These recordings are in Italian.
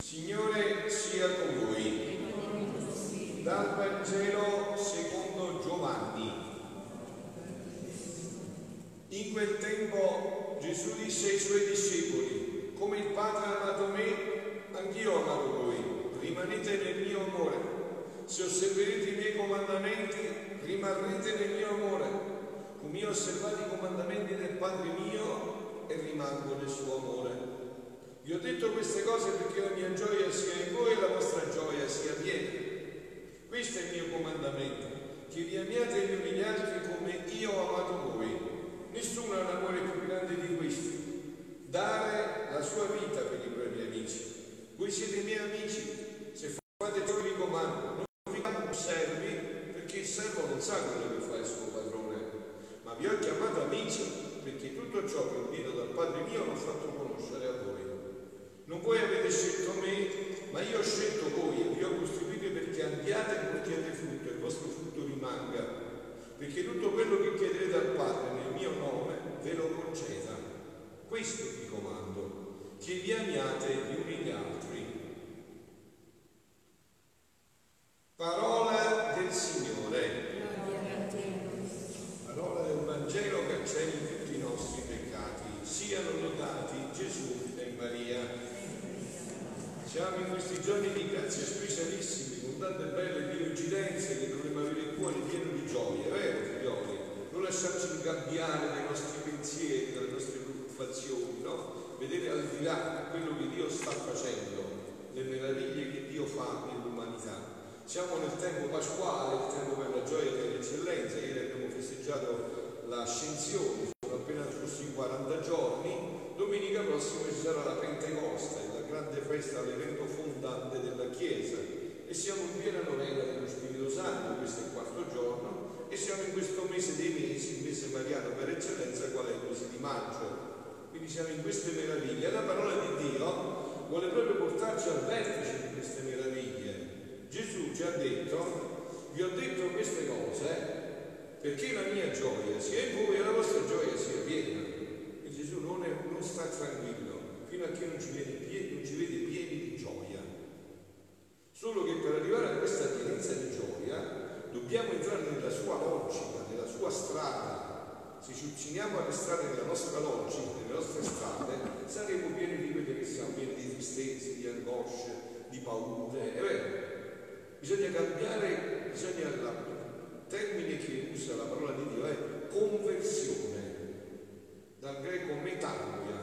Signore sia con voi. Dal Vangelo secondo Giovanni. In quel tempo Gesù disse ai suoi discepoli: come il Padre ha amato me, anch'io ho amato voi. Rimanete nel mio amore. Se osserverete i miei comandamenti, rimarrete nel mio amore. Come io ho osservato i comandamenti del Padre mio e rimango nel suo amore. Vi ho detto queste cose perché la mia gioia sia in voi e la vostra gioia sia piena. Questo è il mio comandamento, che vi amiate gli uni gli altri come io ho amato voi. Nessuno ha un amore più grande di questo, dare la sua vita per i propri amici. Voi siete miei amici, se fate ciò che vi comando. Non vi chiamo servi, perché il servo non sa quello che fa il suo padrone, ma vi ho chiamato amici, perché tutto ciò che ho udito dal Padre mio l'ho fatto conoscere a voi. Non voi avete scelto me, ma io ho scelto voi e vi ho costituito perché andiate e portiate frutto e il vostro frutto rimanga, perché tutto quello che chiederete al Padre nel mio nome ve lo conceda. Questo vi comando, che vi amiate gli uni gli altri. Parola del Signore. Parola del Vangelo che cancelli tutti i nostri peccati. Siano lodati Gesù e Maria. Siamo in questi giorni di grazia specialissimi, con tante belle coincidenze che dovremmo avere il cuore pieno di gioia, è vero figlioli? Non lasciarci ingabbiare dai nostri pensieri, dalle nostre preoccupazioni, no? Vedere al di là quello che Dio sta facendo, le meraviglie che Dio fa nell'umanità. Siamo nel tempo pasquale, il tempo per la gioia dell'eccellenza. Ieri abbiamo festeggiato l'ascensione, sono appena trascorsi 40 giorni. Domenica prossima ci sarà la Pentecoste, la grande festa, l'evento fondante della Chiesa, e siamo in piena novena dello Spirito Santo. Questo è il quarto giorno e siamo in questo mese dei mesi, il mese mariano per eccellenza, qual è il mese di maggio. Quindi siamo in queste meraviglie e la parola di Dio vuole proprio portarci al vertice di queste meraviglie. Gesù ci ha detto: vi ho detto queste cose perché la mia gioia sia in voi e la vostra gioia sia piena. E Gesù non sta tranquillo fino a che non ci vede pieni di gioia. Solo che per arrivare a questa pienezza di gioia dobbiamo entrare nella sua logica, nella sua strada. Se ci ucciniamo alle strade della nostra logica, nelle nostre strade, saremo pieni di quelle che siamo, pieni di tristezze, di angosce, di paure. È vero? Bisogna cambiare, il termine che usa la parola di Dio è conversione, dal greco metanoia.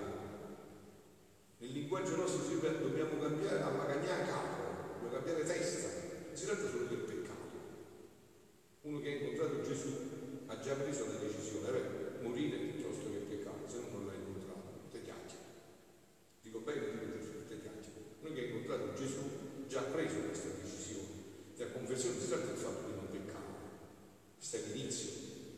Nel linguaggio nostro dobbiamo cambiare a magagnà capo, dobbiamo cambiare testa. Non si tratta solo del peccato. Uno che ha incontrato Gesù ha già preso la decisione, morire piuttosto che peccare, se no non l'ha incontrato, te chiacchiere. Dico bene, dico giusto, te chiacchiere. Uno che ha incontrato Gesù già ha preso questa decisione. La conversione si tratta del fatto di non peccare. Questo è l'inizio.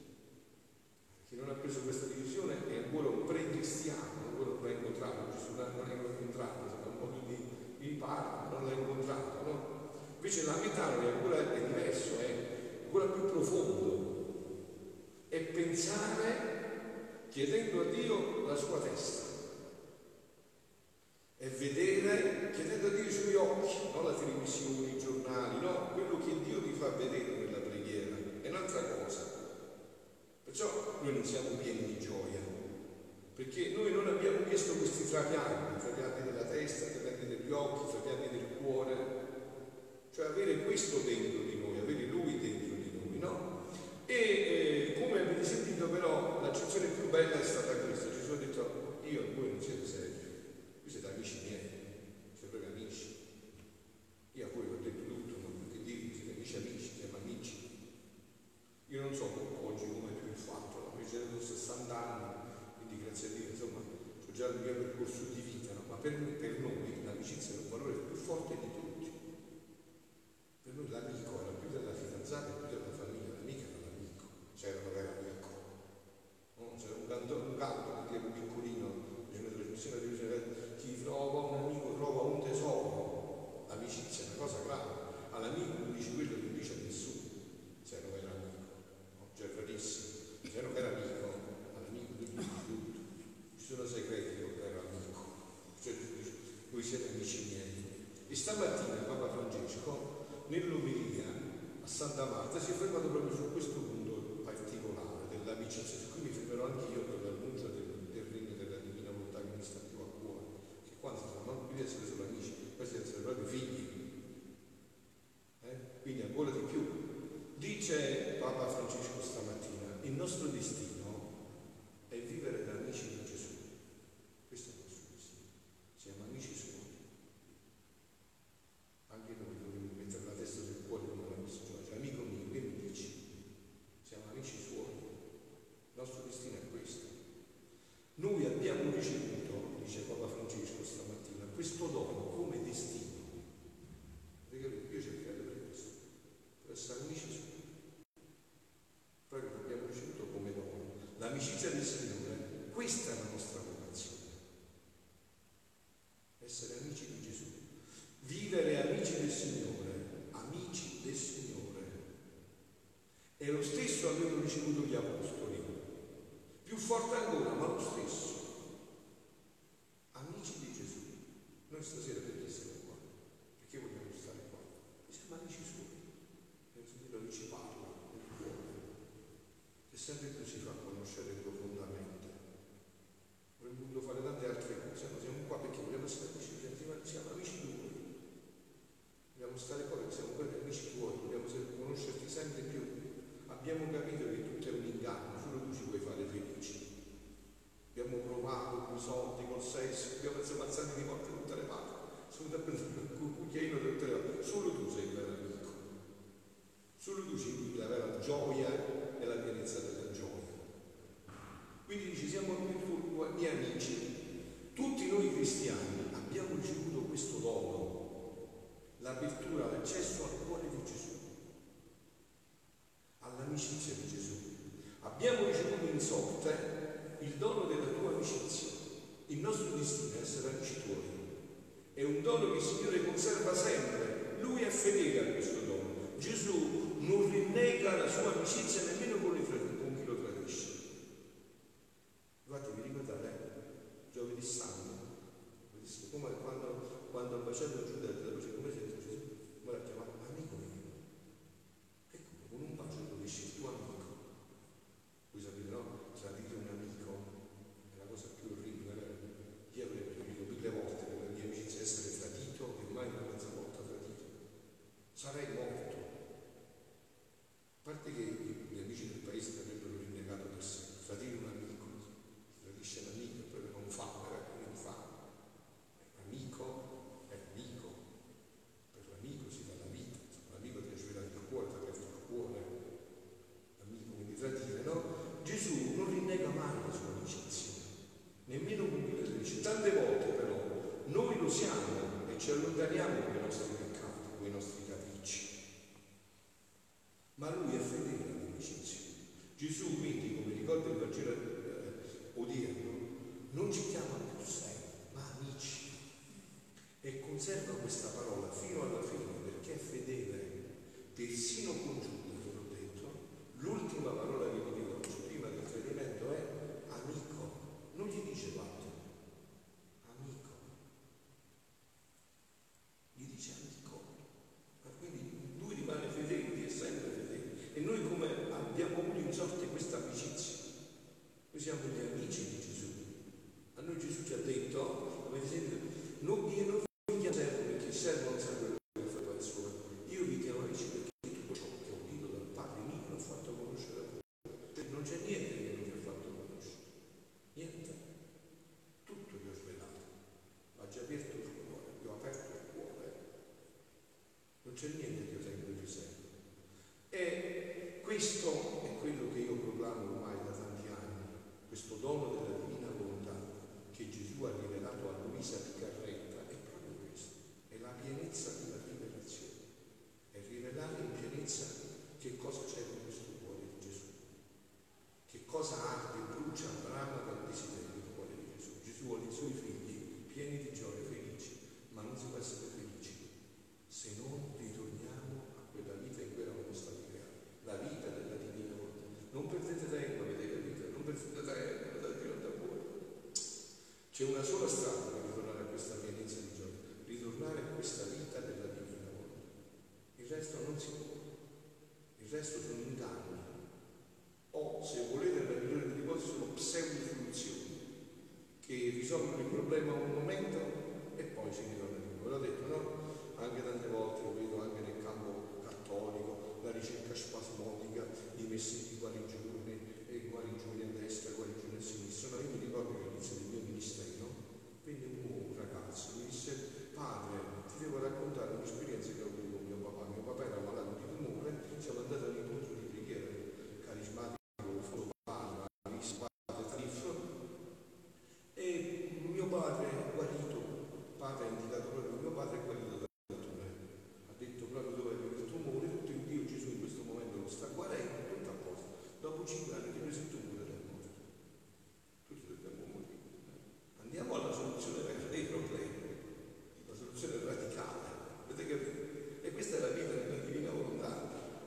Chi non ha preso questa decisione è ancora un pre-cristiano, ancora non l'ha incontrato. Gesù non l'ha incontrato, sarà un modo di parla, non l'ha incontrato, no? Invece la metanoia è diverso, è ancora più profondo. È pensare chiedendo a Dio la sua testa. È vedere, chiedendo a Dio i suoi occhi, non la televisione, i giornali, no, quello che Dio ti fa vedere nella preghiera, è un'altra cosa. Perciò noi non siamo pieni di gioia, perché noi non abbiamo chiesto questi trapianti della testa, trapianti degli occhi, trapianti del cuore, cioè avere questo dentro di noi, avere Lui dentro di noi, no? E come avete sentito però, l'accezione più bella è stata questa: Gesù ha detto: io e voi non siete seri. Siete amici miei, siete proprio amici. Io a voi vi ho detto tutto, non che dire, siete amici, siamo amici. Io non so oggi come più il fatto, io ho 60 anni, quindi grazie a Dio, insomma, ho già il mio percorso di vita, no? Ma per noi l'amicizia è un valore più forte di tutti. Per noi l'amico era più della fidanzata e più della famiglia, l'amica era l'amico, c'era un vero amico. No? C'era un canto che ero piccolino, c'è una trasmissione di chi trova un amico trova un tesoro. L'amicizia è una cosa grave. All'amico non dici quello che non dice a nessuno, se è un vero amico. No? Cioè, è rarissimo. Se è un vero amico, all'amico tu dici tutto. Ci sono segreti con il vero amico. Cioè, voi siete amici miei. E stamattina Papa Francesco, nell'omelia a Santa Marta, si è fermato proprio su questo punto particolare dell'amicizia, su cui mi fermerò anche io per l'annuncio del regno della divina volontà che mi sta più a cuore, che quando si chiama non essere solo amici, questi devono essere proprio figli. Quindi ancora di più. Dice Papa Francesco stamattina, il nostro destino è vivere da amici di Gesù. Questo è il nostro destino. Siamo amici suoi. Anche noi dovremmo mettere la testa sul cuore come la nostra gioia. Amico mio, che mi dici? Siamo amici suoi. Il nostro destino è questo. Noi abbiamo ricevuto, dice Papa Francesco stamattina, questo dono come destino. Perché io cercate per questo, per essere amici suoi. Proprio l'abbiamo ricevuto come dono. L'amicizia del Signore, questa è la nostra vocazione. Essere amici di Gesù. Vivere amici del Signore, amici del Signore. E lo stesso avevano ricevuto gli apostoli. Più forte ancora, ma lo stesso. Amici di Gesù. Noi stasera perché siamo qua? Perché vogliamo stare qua? Siamo amici suoi. Lui ci parla nel cuore. E sempre più si fa conoscere profondamente. Avremmo voluto fare tante altre cose, ma siamo qua perché vogliamo stare amici, siamo amici tuoi. Vogliamo stare qua perché siamo proprio amici tuoi, vogliamo conoscerti sempre più. Abbiamo capito che tutto è un inganno, solo tu ci puoi fare felici. Abbiamo provato con i soldi, col sesso, abbiamo ammazzati di morte da tutte le parti. Sono da prendere un cucchiaino da tutte le parti. Solo tu sei il vero amico. Solo tu ci indichi la vera gioia e la pienezza della gioia. Quindi dice, siamo miei amici. Tutti noi cristiani abbiamo ricevuto questo dono, l'apertura, l'accesso al cuore di Gesù, all'amicizia di Gesù. Abbiamo ricevuto in sorte il dono della tua amicizia. Il nostro destino è essere amici tuoi. È un dono che il Signore conserva sempre. Lui è fedele a questo dono. Gesù non rinnega la sua amicizia nemmeno con chi lo tradisce. Infatti vi ricordate, giovedì santo, come quando ha baciato Giuda, come si dice Gesù? Come l'ha chiamato? Amico mio. Ecco, con un bacio lo dice il tuo amico. Voi sapete, no? Tradire un amico è la cosa più orribile. Io avrei preferito 1000 volte per la mia amicizia essere tradito che mai una mezza volta tradito. Sarei morto. A parte che gli amici del paese ti avrebbero rinnegato per sempre. Tradire un amico, tradisce l'amico, proprio non fa, non fa. L'amico è amico. Per l'amico si dà la vita. L'amico ti ha svelato il cuore, ti ha aperto il cuore. L'amico quindi tradire, no? Gesù non rinnega mai la sua amicizia, nemmeno con chi la tradisce. Tante volte però noi lo siamo e ci allontaniamo con i nostri peccati, con i nostri capricci. Ma lui è fedele all'amicizia. Gesù quindi, come ricorda il Vangelo odierno, non ci chiama più servi, ma amici. E conserva questa parola fino alla fine, perché è fedele, persino con Giuda, ve l'ho detto. L'ultima parola che vi dico oggi, prima del tradimento, è amico. Non gli dice patto, amico. Gli dice amico. Ma quindi lui rimane fedele, è sempre fedele. E noi come abbiamo avuto in sorte questa amicizia? Noi siamo gli amici di Gesù. A noi Gesù ci ha detto, avete sentito, non vi chiamo servo perché il servo non sa quello che fa il suo. Io vi chiamo amici perché tutto ciò che ho udito dal Padre mio l'ho fatto conoscere a voi. Cioè, non c'è niente che non vi ha fatto conoscere. Niente. Tutto vi ho svelato. Ha già aperto il cuore, vi ho aperto il cuore. Non c'è niente che io sempre più servo. E questo è quello che io proclamo ormai da tanti anni, questo dono della divina volontà che Gesù ha rivelato a Luisa Piccarretta è proprio questo, è la pienezza della rivelazione, è rivelare in pienezza che cosa c'è in questo cuore di Gesù, che cosa arde, brucia, brama dal desiderio del cuore di Gesù. Gesù vuole i suoi figli pieni di gioia, felici, ma non si può essere felici se non ritorniamo a quella vita in cui eravamo stati creati, la vita della divina volontà. Non perdete tempo, avete capito? Non perdete tempo, date più da voi. C'è una sola strada per ritornare a questa pienezza di gioia, ritornare a questa vita resto non si può, il resto sono inganni, o se volete nella migliore delle cose sono pseudo soluzioni che risolvono il problema un momento e poi si ritorna di nuovo. Ve l'ho detto, no? Anche tante volte lo vedo anche nel campo cattolico, la ricerca spasmodica di messi di guarigione e guarigione a destra, guarigione a sinistra. Ma io mi ricordo che all'inizio del mio ministero venne un ragazzo, mi disse: padre, ti devo raccontare un'esperienza che ho avuto con mio papà. Mio papà era malato di tumore, siamo andati all'incontro di preghiera carismatico e mio padre è guarito. Padre ha indicato proprio mio padre è guarito dal tumore, ha detto proprio dove aveva il tumore, tutto il Dio Gesù in questo momento lo sta guarendo, tutto a posto. Dopo 5 anni ti preso il tumore ed è morto. Tutti dobbiamo morire. Andiamo alla soluzione dei problemi, la soluzione radicale, avete capito? E questa è la vita della divina volontà.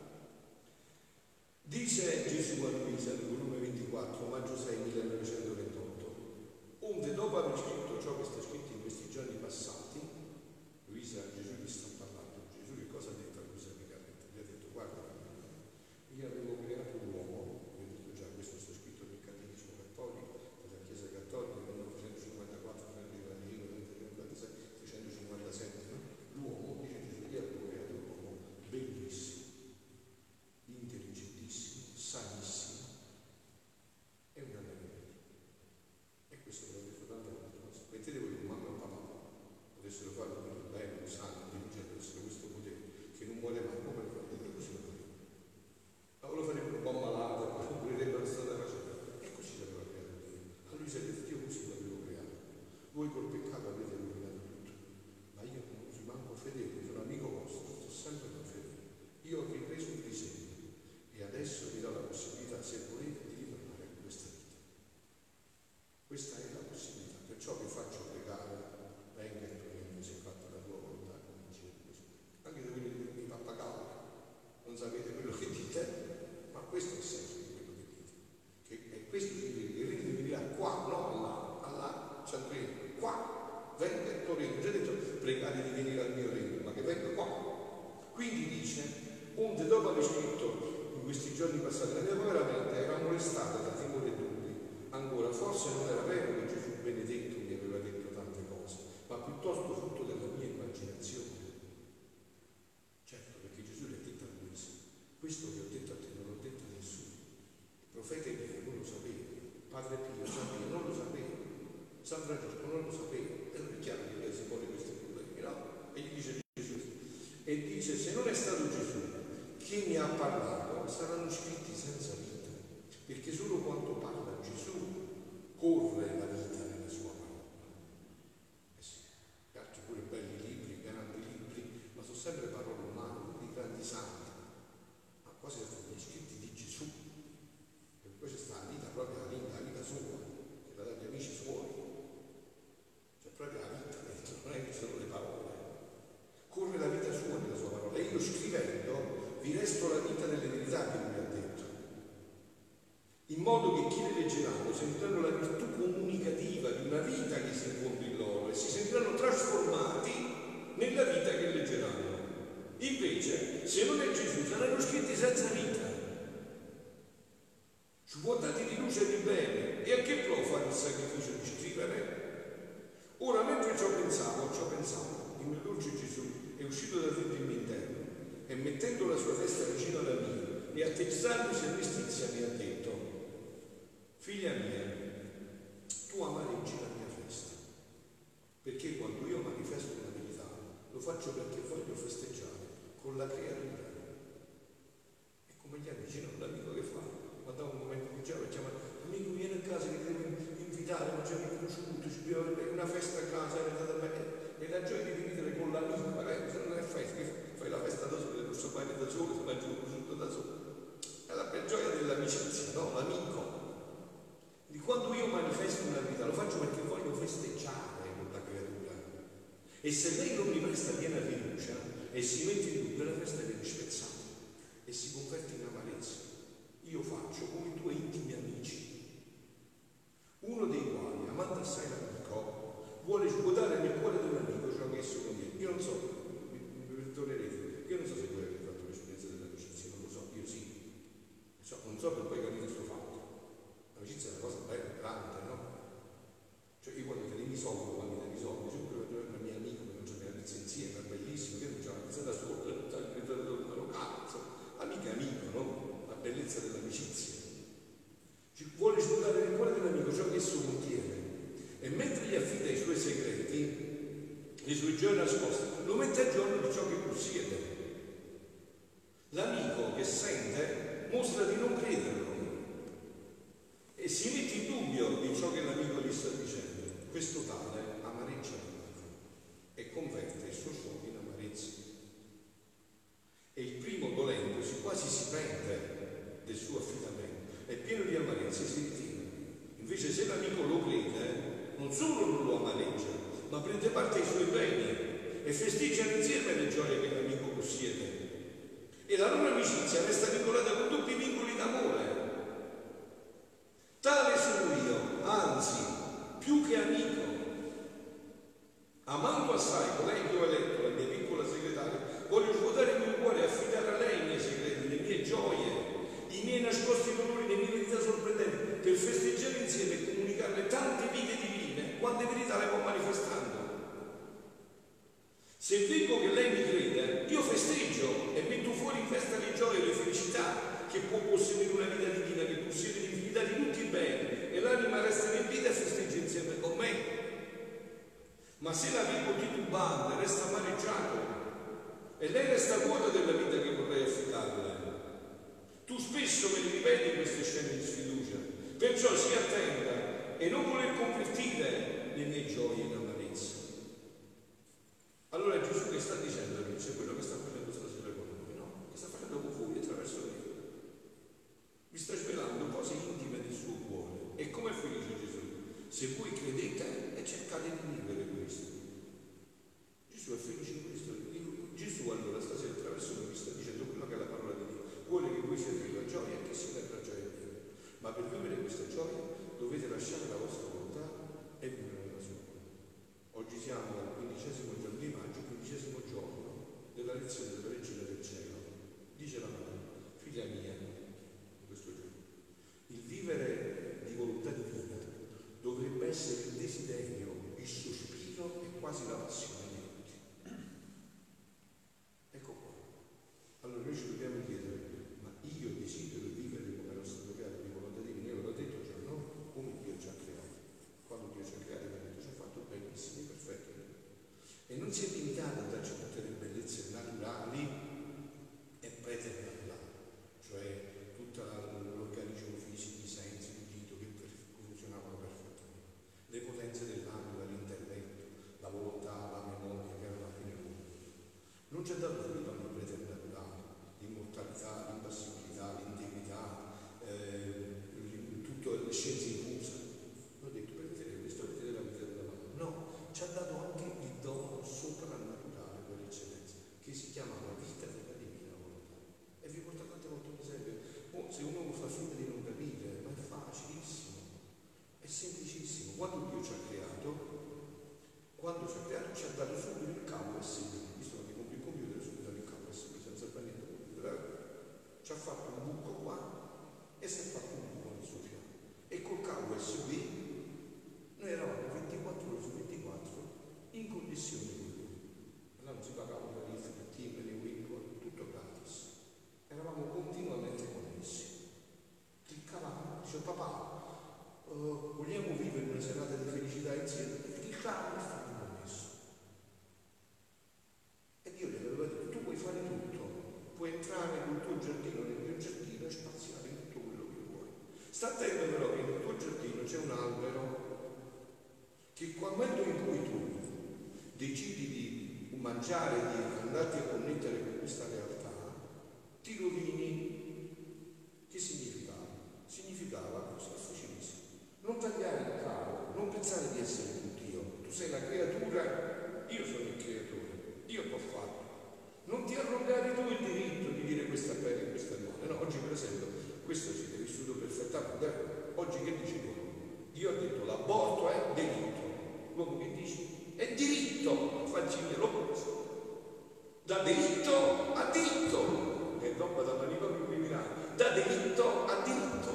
Dice Gesù a Luisa nel volume 24, maggio 6 1928, onde dopo aver scritto ciò che sta scritto in questi giorni passati, Luisa, Gesù gli sta parlando. Gesù che cosa ha detto a Luisa Picaretta? Gli ha detto: guarda, io avevo creato l'uomo, vi ho detto già, questo sta scritto nel Catechismo Cattolico, della Chiesa Cattolica, 1954, 1955, 1956, 357, no? L'uomo, dice Gesù, io avevo creato l'uomo bellissimo, intelligentissimo, sanissimo e una meraviglia. E questo ve l'ho detto tante volte. Mettete voi con mamma e papà potessero fare un bello, sano, intelligente, avessero questo potere che non muore mai, come lo farebbero? Così lo farebbero. Ma lo farebbero un po' malato, poi morirebbero strada facendo. E così l'aveva creato Dio. A lui si è detto: io così l'avevo creato. Voi col peccato avete rovinato tutto. Ma io non rimango fedele, sono amico vostro, sto sempre con fedele. Io ho ripreso il disegno e adesso vi do la possibilità, se volete, di ritornare a questa vita. Questa è la possibilità. Perciò vi faccio pregare: venga il tuo regno, sia fatta la tua volontà come in cielo così. Anche se voi dite mi pappagalli, non sapete quello che dite, ma questo è il senso di quello che dite. E questo significa che il regno venirà qua, no là, ci andremo qua. Venga il tuo regno. Ho già detto pregate di venire al mio regno, ma che venga qua. Quindi dice: onde dopo aver scritto in questi giorni passati, la mia povera mente era molestata da timore e dubbi. Ancora, forse non era vero che Gesù benedetto mi aveva detto tante cose, ma piuttosto frutto della mia immaginazione. Certo, perché Gesù le ha detto a Luisa: questo che ho detto a te non l'ho detto a nessuno. Il profeta Elia non lo sapeva, Padre Pio sapeva, non lo sapeva, San Francesco non lo sapeva. E non è chiaro che Elia si pone questi problemi, no? E gli dice Gesù, e dice: se non è stato Gesù chi mi ha parlato, saranno scritti senza vita, perché solo quanto parla Gesù corre la vita nella sua parola. Eh sì, altri pure belli libri, grandi libri, ma sono sempre parole umane, di grandi santi. Ma qua si sono scritti di Gesù, e poi c'è sta la vita proprio, la vita sua, che la dagli amici suoi. C'è proprio la vita dentro, non è che sono le parole. Corre la vita sua nella sua parola. E io scrivendo vi resto la vita nelle verità che lui ha detto, in modo che chi le leggeranno sentiranno la virtù comunicativa di una vita che si infonde in loro e si sentiranno trasformati nella vita che leggeranno. Invece, se non è Gesù, saranno scritti senza vita. Ci può dare di luce e di bene. E a che può fare il sacrificio di scrivere? Ora, mentre ci ho pensato, il mio dolce Gesù è uscito dal ventre interno e mettendo la sua testa vicino alla mia e attessandosi a mestizia mi ha detto: figlia mia, tu amareggi la mia festa, perché quando io manifesto una verità lo faccio perché voglio festeggiare con la creatura. E come gli amici, no? L'amico che fa? Quando ha un momento di gioia, chiama: amico, vieni a casa che ti devo invitare, ma ci abbiamo conosciuto, ci abbiamo una festa a casa, è andata bene. E la gioia di vivere con l'amico, magari se non è festa, che fai la festa da solo, il nostro pane da solo, si mangia un prosciutto da solo. È la bella gioia dell'amicizia, no? L'amico. Di quando io manifesto una vita lo faccio perché voglio festeggiare con la creatura. E se lei non mi presta piena fiducia e si mette in dubbio, la festa viene spezzata e si converte in amarezza. Io faccio come i tuoi intimi amici, uno dei quali, amando assai l'amico, vuole svuotare nel cuore dell'amico ciò che esso contiene. Io non so, mi perdonerete, io non so se voi avete nascosta, lo mette a giorno di ciò che possiede. L'amico che sente mostra di non crederlo e si mette in dubbio di ciò che l'amico gli sta dicendo. Questo tale amareggia l'amico e converte il suo suono in amarezza. E il primo, dolendosi, quasi si pente del suo affidamento, è pieno di amarezza e si ritira. Invece se l'amico lo crede, non solo non lo amareggia, ma prende parte ai suoi beni e festeggiano insieme le gioie che l'amico possiede. E la loro amicizia resta vincolata con doppi vincoli d'amore. Tale sono io, anzi, più che amico. Amando assai colei che ho eletto, la mia piccola segretaria, voglio svuotare il mio cuore e affidare a lei i miei segreti, le mie gioie, i miei nascosti dolori, le mie verità sorprendenti, per festeggiare insieme e comunicarle tante vite divine, quante verità le può manifestando. Se dico che lei mi crede, io festeggio e metto fuori in festa le gioie e le felicità che può possedere una vita divina, che possiede l'infinità di tutti i beni, e l'anima resta riempita e festeggia insieme con me. Ma se l'amico titubante resta amareggiato e lei resta vuota della vita che vorrei affidarle, tu spesso me li ripeti queste scene di sfiducia, perciò sii attenta e non voler convertire le mie gioie in amarezza. Allora Gesù che sta dicendo, c'è quello che sta facendo stasera con noi, no? Che sta facendo con voi attraverso me. Vi sta svelando cose intime del suo cuore. E come dice Gesù? Se voi credete e cercate di vivere questo. Gesù è felice in questo. Gesù allora stasera attraverso me vi sta dicendo quello che è la parola di Dio. Vuole che voi siate la gioia e che siate la gioia di Dio. Ma per vivere questa gioia dovete lasciare la vostra volontà e vivere nella sua. Oggi siamo al 15° giorno di maggio, 15° giorno della lezione della Regina del Cielo. Dice la madre, figlia mia, in questo giorno, il vivere di volontà divina dovrebbe essere il desiderio, il sospiro e quasi la passione di tutti. Ecco qua. Allora noi ci dobbiamo chiedere, ma io desidero vivere come ero stato creato di volontà divina? Io l'ho detto già, no? Come Dio ci ha creato. Quando Dio ci ha creato, mi ha detto, ci ha fatto benissimo, perfetto. E non si è limitato a darci tutte le bellezze naturali e preternaturali, cioè tutto l'organismo fisico, i sensi, l'udito che funzionavano perfettamente, le potenze dell'anima, l'intelletto, la volontà, la memoria che era la fine mondo. Non ci ha dato soltanto il preternaturale, l'immortalità, l'impassibilità, l'integrità, tutte le scienze infuse. Ho detto, prendete questo, vedete la vita della mano. No, ci ha dato anche il dono soprannaturale per eccellenza, che si chiamava vita della divina volontà. E vi porto tante volte un esempio. Se un uomo fa finta di non capire, ma è facilissimo, è semplicissimo. Quando Dio ci ha creato, ci ha dato subito il cavo USB, visto che compri il computer, subito il cavo USB, senza fare niente. Ci ha fatto un buco qua e si è fatto un buco nel suo fianco. E col cavo USB noi eravamo 24 ore su 24 in connessione con lui. Allora non si pagava la tariffa, il team, le Windows, tutto gratis. Eravamo continuamente connessi. Cliccavamo, dice papà, vogliamo vivere una serata di felicità insieme? E cliccavamo e stavamo connesso. E Dio gli aveva detto, tu puoi fare tutto, puoi entrare nel tuo giardino, nel mio giardino e spaziare in tutto quello che vuoi. Sta attento però che nel tuo giardino c'è un albero che qual momento in cui tu decidi di mangiare, di andarti a connettere con questa realtà, ti rovini. Che significava? Significava cosa? Facilissimo. Non tagliare il cavo, non pensare di essere tu Dio. Tu sei la creatura, io sono il creatore, io t'ho fatto. Non ti arrogare tu il diritto di dire questa è bene e questa è male. No, oggi per esempio, questo si è vissuto perfettamente. Oggi che dici tu? Dio ha detto l'aborto è delitto. L'uomo che dice è diritto, facci l'opposto. Da delitto a diritto, è roba da manicomio criminale, da delitto a diritto.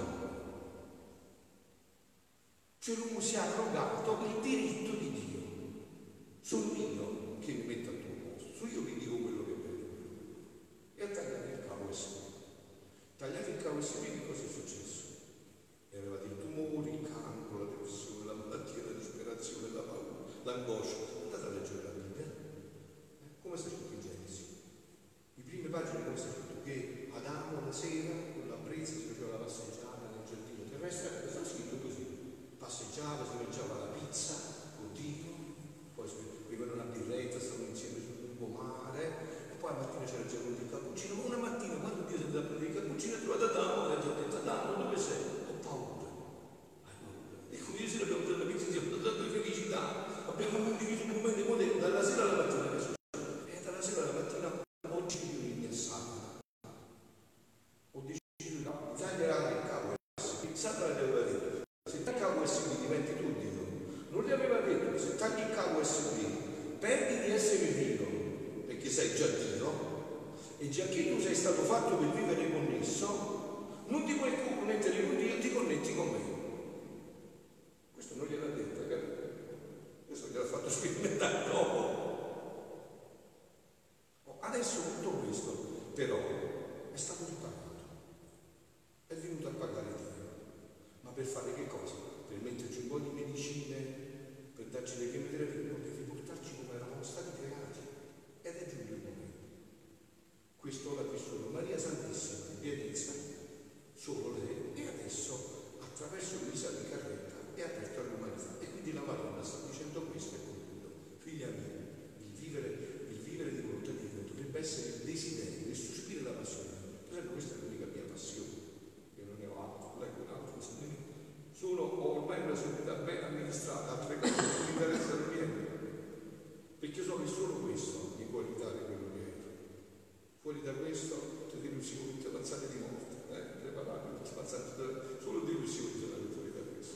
Cioè l'uomo si è arrogato il diritto di Dio. Sono io che mi metto al tuo posto, sono io che dico quello che è bello. E ha tagliato il cavo USB. Tagliato il cavo USB, che cosa è successo? E avevate il tumore, il cancro, la depressione, la malattia, la disperazione, la paura, l'angoscia. Andate a leggere la Bibbia. qua la mattina c'era già venuto il cappuccino, ma una mattina quando Dio si è andato a prendere il cappuccino ha trovato Adamo e gli ha detto: Adamo, dove sei? Ho paura. Hai paura. E come io abbiamo dato la pizza, abbiamo dato di felicità, abbiamo condiviso un momento con te dalla sera alla mattina che succede. E dalla sera alla mattina oggi io mi assaggia. Ho deciso di tagliare il capo e Satana gli aveva detto: se tagli il capo USB diventi tu Dio. Non gli aveva detto: se tagli il capo USB perdi di essere Dio, perché sei già Dio, e già che tu sei stato fatto per vivere connesso, non ti puoi connettere con Dio, ti connetti con me. Questo non gliel'ha detto, capito? Questo gliel'ha fatto sperimentare dopo. Adesso tutto questo però è stato ripagato, è venuto a pagare Dio. Ma per fare che cosa? Per metterci un po' di medicine, per darci le chemioterapie, per riportarci come eravamo stati creati. Ed è giunto il momento. Questo l'ha vissuto Maria Santissima di Pienezza, solo lei, e adesso attraverso Luisa di Carretta è aperto all'umanità. E quindi la Madonna sta dicendo questo e concludo: figlia mia, il vivere di volontà di Dio dovrebbe essere il desiderio, il sospiro e la passione. Per esempio, questa è l'unica mia passione, io non ne ho altro, leggo un altro, ho ormai una società ben amministrata, altre cose non mi interessano niente, perché so che solo questo mi può aiutare quello che ero. Fuori da questo, tutte delusioni, tutte pensate di morte, preparate, solo delusioni sono fuori da questo.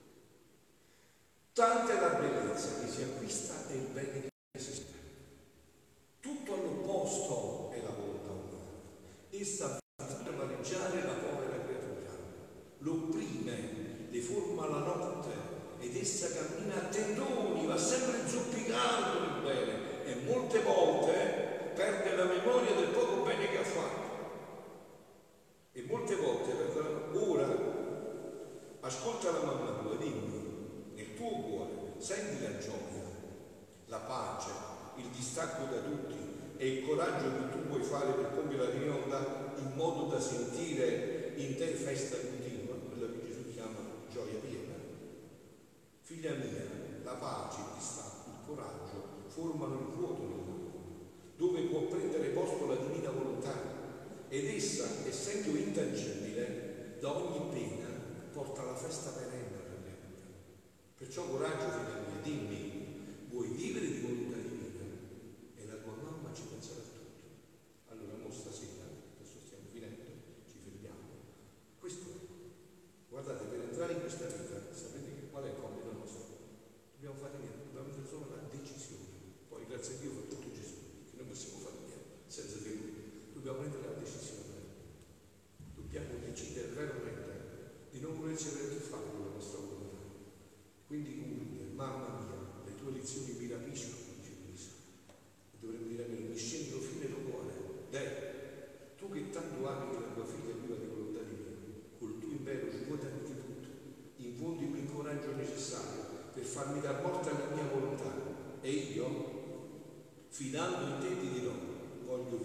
Tanta è la bellezza che si acquista e il bene che esiste. Tutto all'opposto è la volontà umana. Essa fa maneggiare la povera creatura, l'opprime, deforma la notte ed essa cammina a tendoni, va sempre zoppicando nel bene e molte volte perde la memoria del poco bene che ha fatto. E molte volte ora ascolta la mamma tua, dimmi, nel tuo cuore senti la gioia, la pace, il distacco da tutti e il coraggio che tu puoi fare per compiere la divina volontà, in modo da sentire in te festa continua, quella che Gesù chiama gioia piena. Figlia mia, la pace, il distacco, il coraggio formano il vuoto nell'anima, dove può prendere posto la divina volontà, ed essa, essendo intangibile, da ogni pena porta la festa perenne alla creatura. Perciò coraggio, figlia mia, dimmi, vuoi vivere di volontà divina? E la tua mamma ci penserà tutto. Allora, mo stasera, adesso stiamo finendo, ci fermiamo. Questo è. Guardate, per entrare in questa vita, sapete che qual è il compito nostro? Dobbiamo fare niente, dobbiamo fare solo la decisione. Poi, grazie a Dio, fa tutto Gesù, perché noi possiamo fare niente senza di lui. Dobbiamo prendere la decisione. Dobbiamo decidere veramente di non volerci avere a che fare con la nostra volontà. Quindi, mamma mia, le tue lezioni mi rapiscono, dice Luisa. E dovremmo dire: mi scendono fino al cuore. Dai, tu che tanto ami che la tua figlia viva di volontà divina, col tuo impero svuotami di tutto, infondimi il coraggio necessario per farmi dar morte alla mia volontà, e io, fidando in te, ti dirò: voglio